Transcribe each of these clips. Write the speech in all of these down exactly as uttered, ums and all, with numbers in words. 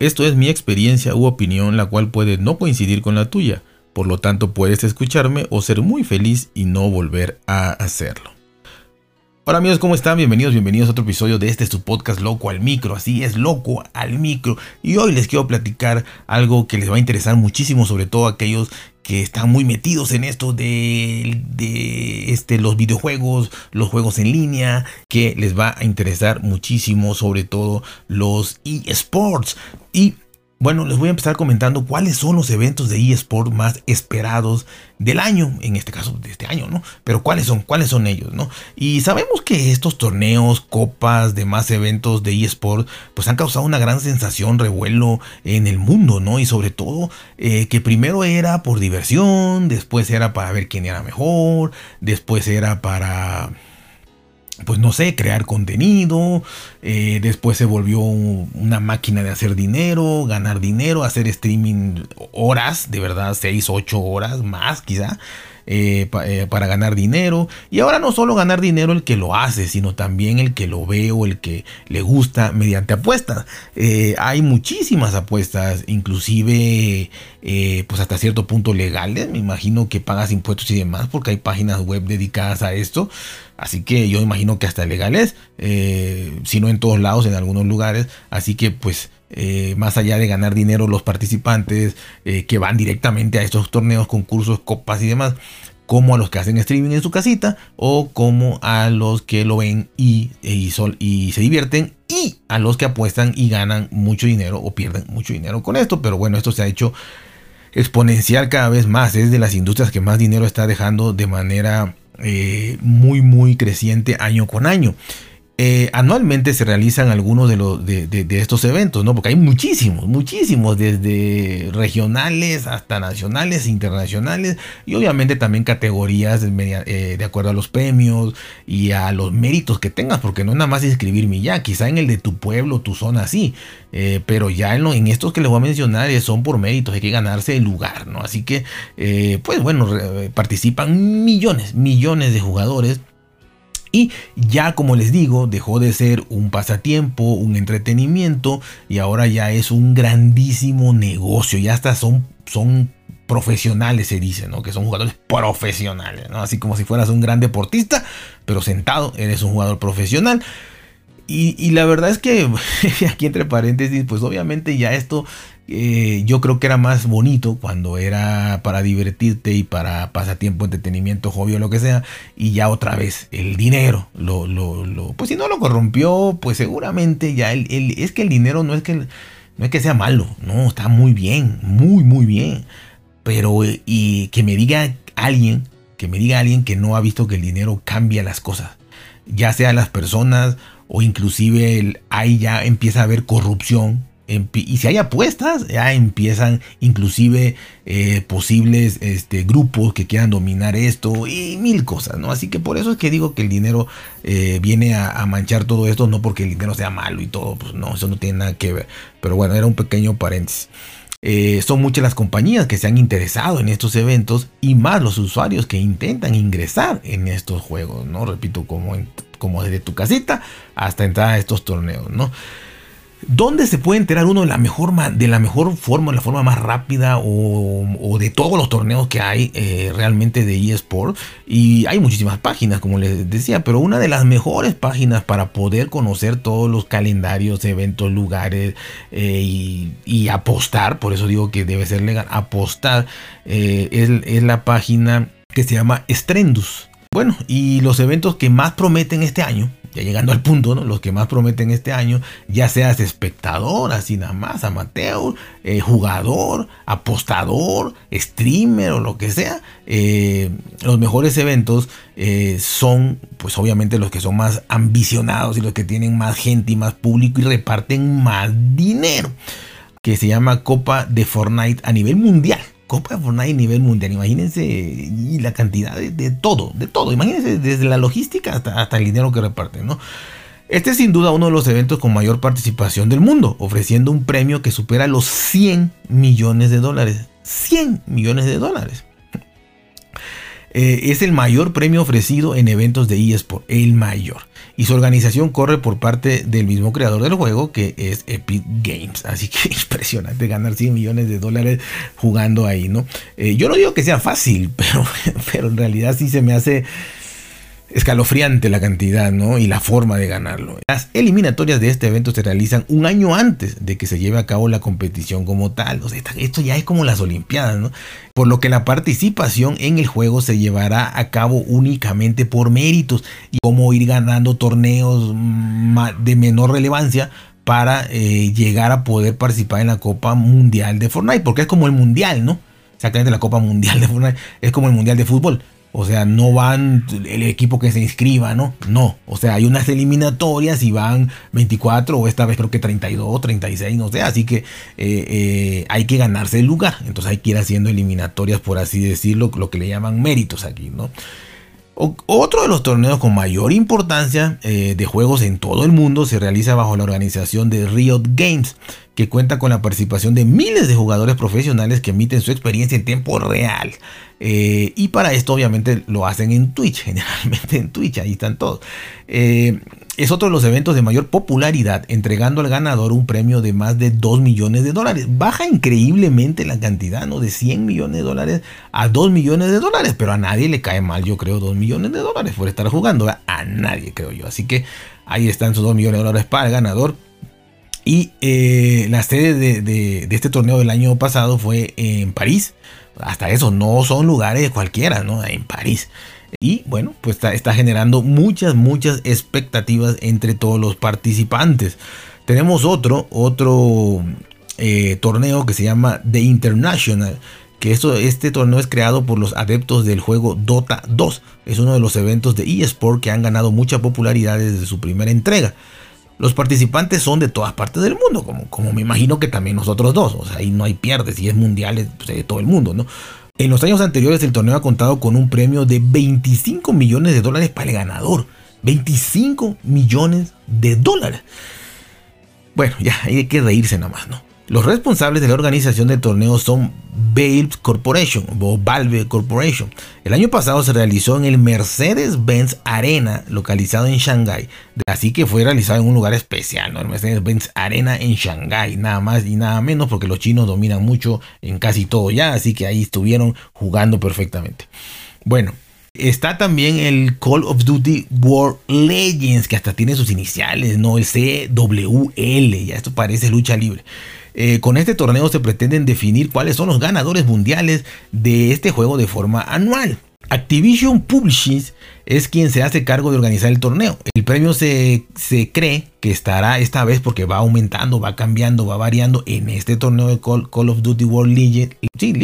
Esto es mi experiencia u opinión, la cual puede no coincidir con la tuya. Por lo tanto, puedes escucharme o ser muy feliz y no volver a hacerlo. Hola amigos, ¿cómo están? Bienvenidos, bienvenidos a otro episodio de este su podcast Loco al Micro. Así es, Loco al Micro. Y hoy les quiero platicar algo que les va a interesar muchísimo, sobre todo a aquellos que están muy metidos en esto de, de este, los videojuegos, los juegos en línea, que les va a interesar muchísimo, sobre todo los eSports. Y bueno, les voy a empezar comentando cuáles son los eventos de eSport más esperados del año, en este caso de este año, ¿no? Pero cuáles son, cuáles son ellos, ¿no? Y sabemos que estos torneos, copas, demás eventos de eSport, pues han causado una gran sensación, revuelo en el mundo, ¿no? Y sobre todo eh, que primero era por diversión, después era para ver quién era mejor, después era para, pues no sé, crear contenido, eh, después se volvió una máquina de hacer dinero, ganar dinero, hacer streaming horas, de verdad, seis, ocho horas más quizá, eh, pa, eh, para ganar dinero. Y ahora no solo ganar dinero el que lo hace, sino también el que lo ve o el que le gusta mediante apuestas. Eh, hay muchísimas apuestas, inclusive eh, pues hasta cierto punto legales. Me imagino que pagas impuestos y demás porque hay páginas web dedicadas a esto. Así que yo imagino que hasta legales, eh, si no en todos lados, en algunos lugares. Así que pues eh, más allá de ganar dinero los participantes eh, que van directamente a estos torneos, concursos, copas y demás, como a los que hacen streaming en su casita o como a los que lo ven y, y, sol, y se divierten, y a los que apuestan y ganan mucho dinero o pierden mucho dinero con esto. Pero bueno, esto se ha hecho exponencial cada vez más. Es de las industrias que más dinero está dejando de manera Eh, muy muy creciente año con año. Eh, anualmente se realizan algunos de, los, de, de, de estos eventos, ¿no? Porque hay muchísimos, muchísimos, desde regionales hasta nacionales, internacionales, y obviamente también categorías de, eh, de acuerdo a los premios y a los méritos que tengas, porque no es nada más inscribirme ya, quizá en el de tu pueblo, tu zona, sí, eh, pero ya en, lo, en estos que les voy a mencionar eh, son por méritos, hay que ganarse el lugar, ¿no? Así que, eh, pues bueno, re, participan millones, millones de jugadores. Y ya, como les digo, dejó de ser un pasatiempo, un entretenimiento, y ahora ya es un grandísimo negocio. Ya hasta son, son profesionales, se dice, ¿no? Que son jugadores profesionales, ¿no? Así como si fueras un gran deportista, pero sentado eres un jugador profesional. Y, y la verdad es que aquí entre paréntesis, pues obviamente ya esto eh, yo creo que era más bonito cuando era para divertirte y para pasatiempo, entretenimiento, hobby o lo que sea. Y ya otra vez el dinero, lo, lo, lo, pues si no lo corrompió, pues seguramente ya el, el, es que el dinero no es que, no es que sea malo, no, está muy bien, muy muy bien. Pero y que me diga alguien, que me diga alguien que no ha visto que el dinero cambia las cosas, ya sea las personas o inclusive el, ahí ya empieza a haber corrupción. Y si hay apuestas, ya empiezan inclusive eh, posibles este, grupos que quieran dominar esto y mil cosas, ¿no? Así que por eso es que digo que el dinero eh, viene a, a manchar todo esto, no porque el dinero sea malo y todo, pues no, eso no tiene nada que ver. Pero bueno, era un pequeño paréntesis. Eh, son muchas las compañías que se han interesado en estos eventos y más los usuarios que intentan ingresar en estos juegos, ¿no? Repito, como, en, como desde tu casita hasta entrar a estos torneos, ¿no? ¿Dónde se puede enterar uno de la mejor, de la mejor forma, la forma más rápida o, o de todos los torneos que hay eh, realmente de eSport? Y hay muchísimas páginas, como les decía, pero una de las mejores páginas para poder conocer todos los calendarios, eventos, lugares eh, y, y apostar, por eso digo que debe ser legal, apostar, eh, es, es la página que se llama Strendus. Bueno, y los eventos que más prometen este año, ya llegando al punto, ¿no? Los que más prometen este año, ya seas espectador, así nada más, amateur, eh, jugador, apostador, streamer o lo que sea, eh, los mejores eventos eh, son, pues obviamente los que son más ambicionados y los que tienen más gente y más público y reparten más dinero, que se llama Copa de Fortnite a nivel mundial. Copa de Fortnite a nivel mundial, imagínense y la cantidad de, de todo, de todo, imagínense desde la logística hasta, hasta el dinero que reparten, ¿no? Este es sin duda uno de los eventos con mayor participación del mundo, ofreciendo un premio que supera los cien millones de dólares, cien millones de dólares. Eh, es el mayor premio ofrecido en eventos de eSport, el mayor. Y su organización corre por parte del mismo creador del juego, que es Epic Games. Así que impresionante ganar cien millones de dólares jugando ahí, ¿no? Eh, yo no digo que sea fácil, pero, pero en realidad sí se me hace escalofriante la cantidad, ¿no? Y la forma de ganarlo. Las eliminatorias de este evento se realizan un año antes de que se lleve a cabo la competición como tal. O sea, esto ya es como las Olimpiadas, ¿no? Por lo que la participación en el juego se llevará a cabo únicamente por méritos y cómo ir ganando torneos de menor relevancia para eh, llegar a poder participar en la Copa Mundial de Fortnite, porque es como el Mundial, ¿no? Exactamente, la Copa Mundial de Fortnite es como el Mundial de Fútbol. O sea, no van el equipo que se inscriba, ¿no? No. O sea, hay unas eliminatorias y van veinticuatro o esta vez creo que treinta y dos, treinta y seis, no sé. Así que eh, eh, hay que ganarse el lugar. Entonces hay que ir haciendo eliminatorias, por así decirlo, lo que le llaman méritos aquí, ¿no? O, otro de los torneos con mayor importancia eh, de juegos en todo el mundo se realiza bajo la organización de Riot Games, que cuenta con la participación de miles de jugadores profesionales que emiten su experiencia en tiempo real. Eh, y para esto obviamente lo hacen en Twitch, generalmente en Twitch, ahí están todos. Eh, es otro de los eventos de mayor popularidad, entregando al ganador un premio de más de dos millones de dólares. Baja increíblemente la cantidad, ¿no? De cien millones de dólares a dos millones de dólares, pero a nadie le cae mal, yo creo, dos millones de dólares por estar jugando, ¿verdad? A nadie, creo yo. Así que ahí están sus dos millones de dólares para el ganador. Y eh, la sede de, de, de este torneo del año pasado fue en París. Hasta eso, no son lugares cualquiera, ¿no? En París. Y bueno, pues está, está generando muchas, muchas expectativas entre todos los participantes. Tenemos otro, otro eh, torneo que se llama The International. Que esto, este torneo es creado por los adeptos del juego Dota dos. Es uno de los eventos de eSport que han ganado mucha popularidad desde su primera entrega. Los participantes son de todas partes del mundo, como, como me imagino que también nosotros dos. O sea, ahí no hay pierde, si es mundial, es pues, de todo el mundo, ¿no? En los años anteriores el torneo ha contado con un premio de veinticinco millones de dólares para el ganador. veinticinco millones de dólares. Bueno, ya hay que reírse nada más, ¿no? Los responsables de la organización del torneo son Valve Corporation o Valve Corporation. El año pasado se realizó en el Mercedes-Benz Arena, localizado en Shanghái. Así que fue realizado en un lugar especial, ¿no? El Mercedes-Benz Arena en Shanghái, nada más y nada menos, porque los chinos dominan mucho en casi todo ya, así que ahí estuvieron jugando perfectamente. Bueno, está también el Call of Duty World Legends, que hasta tiene sus iniciales, ¿no? El C W L, ya esto parece lucha libre. Eh, con este torneo se pretenden definir cuáles son los ganadores mundiales de este juego de forma anual. Activision Publishing es quien se hace cargo de organizar el torneo. El premio se, se cree que estará esta vez, porque va aumentando, va cambiando, va variando en este torneo de Call, Call of Duty World Legend,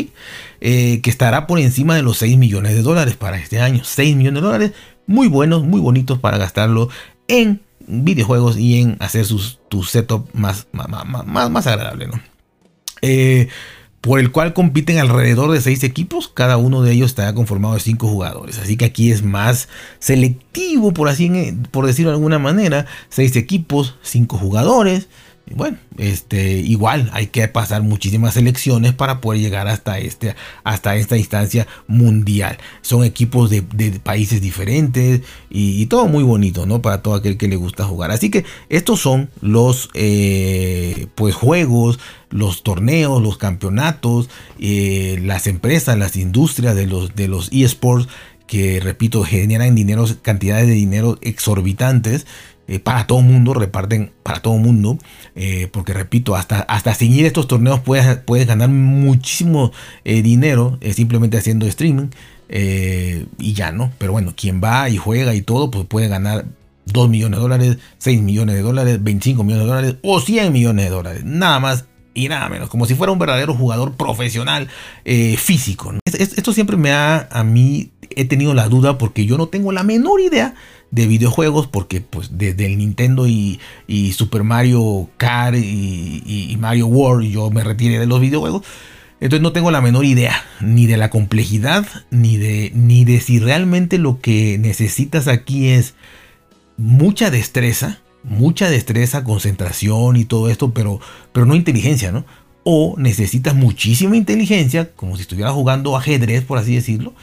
eh, que estará por encima de los seis millones de dólares para este año. seis millones de dólares muy buenos, muy bonitos para gastarlo en videojuegos y en hacer sus, tu setup más, más, más, más agradable, ¿no? Eh, por el cual compiten alrededor de seis equipos. Cada uno de ellos está conformado de cinco jugadores. Así que aquí es más selectivo, por así, por decirlo de alguna manera. seis equipos, cinco jugadores. Y bueno, este, igual hay que pasar muchísimas selecciones para poder llegar hasta, este, hasta esta instancia mundial. Son equipos de, de países diferentes y, y todo muy bonito, ¿no? Para todo aquel que le gusta jugar. Así que estos son los eh, pues juegos, los torneos, los campeonatos, eh, las empresas, las industrias de los, de los eSports, que repito, generan dinero, cantidades de dinero exorbitantes. Eh, para todo el mundo, reparten para todo el mundo, eh, porque repito, hasta, hasta sin ir a estos torneos puedes, puedes ganar muchísimo eh, dinero eh, simplemente haciendo streaming eh, y ya, ¿no? Pero bueno, quien va y juega y todo, pues puede ganar dos millones de dólares, seis millones de dólares, veinticinco millones de dólares o cien millones de dólares, nada más y nada menos, como si fuera un verdadero jugador profesional eh, físico, ¿no? Esto siempre me ha, a mí he tenido la duda, porque yo no tengo la menor idea de videojuegos, porque pues desde el Nintendo y, y Super Mario Kart y, y, y Mario World yo me retiré de los videojuegos. Entonces no tengo la menor idea ni de la complejidad, ni de, ni de si realmente lo que necesitas aquí es mucha destreza, mucha destreza, concentración y todo esto, pero, pero no inteligencia, ¿no? O necesitas muchísima inteligencia, como si estuvieras jugando ajedrez, por así decirlo,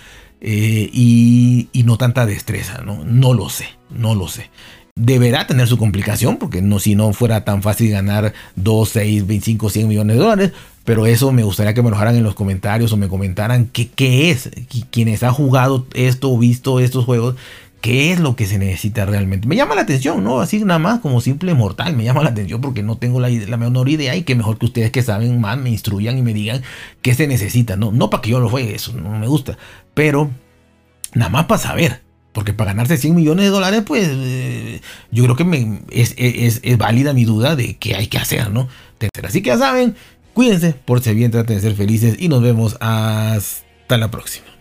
eh, y, y no tanta destreza, ¿no? No lo sé, no lo sé. Deberá tener su complicación, porque no, si no fuera tan fácil ganar dos, seis, veinticinco, cien millones de dólares. Pero eso me gustaría que me lo dejaran en los comentarios o me comentaran qué, qué es, quienes han jugado esto o visto estos juegos, qué es lo que se necesita realmente. Me llama la atención, ¿no? Así nada más como simple mortal, me llama la atención porque no tengo la, la menor idea, y que mejor que ustedes que saben más me instruyan y me digan qué se necesita, ¿no? No para que yo lo juegue, eso no me gusta, pero nada más para saber. Porque para ganarse cien millones de dólares, pues eh, yo creo que me, es, es, es válida mi duda de qué hay que hacer, ¿no? Así que ya saben, cuídense, pórtense bien, traten de ser felices y nos vemos hasta la próxima.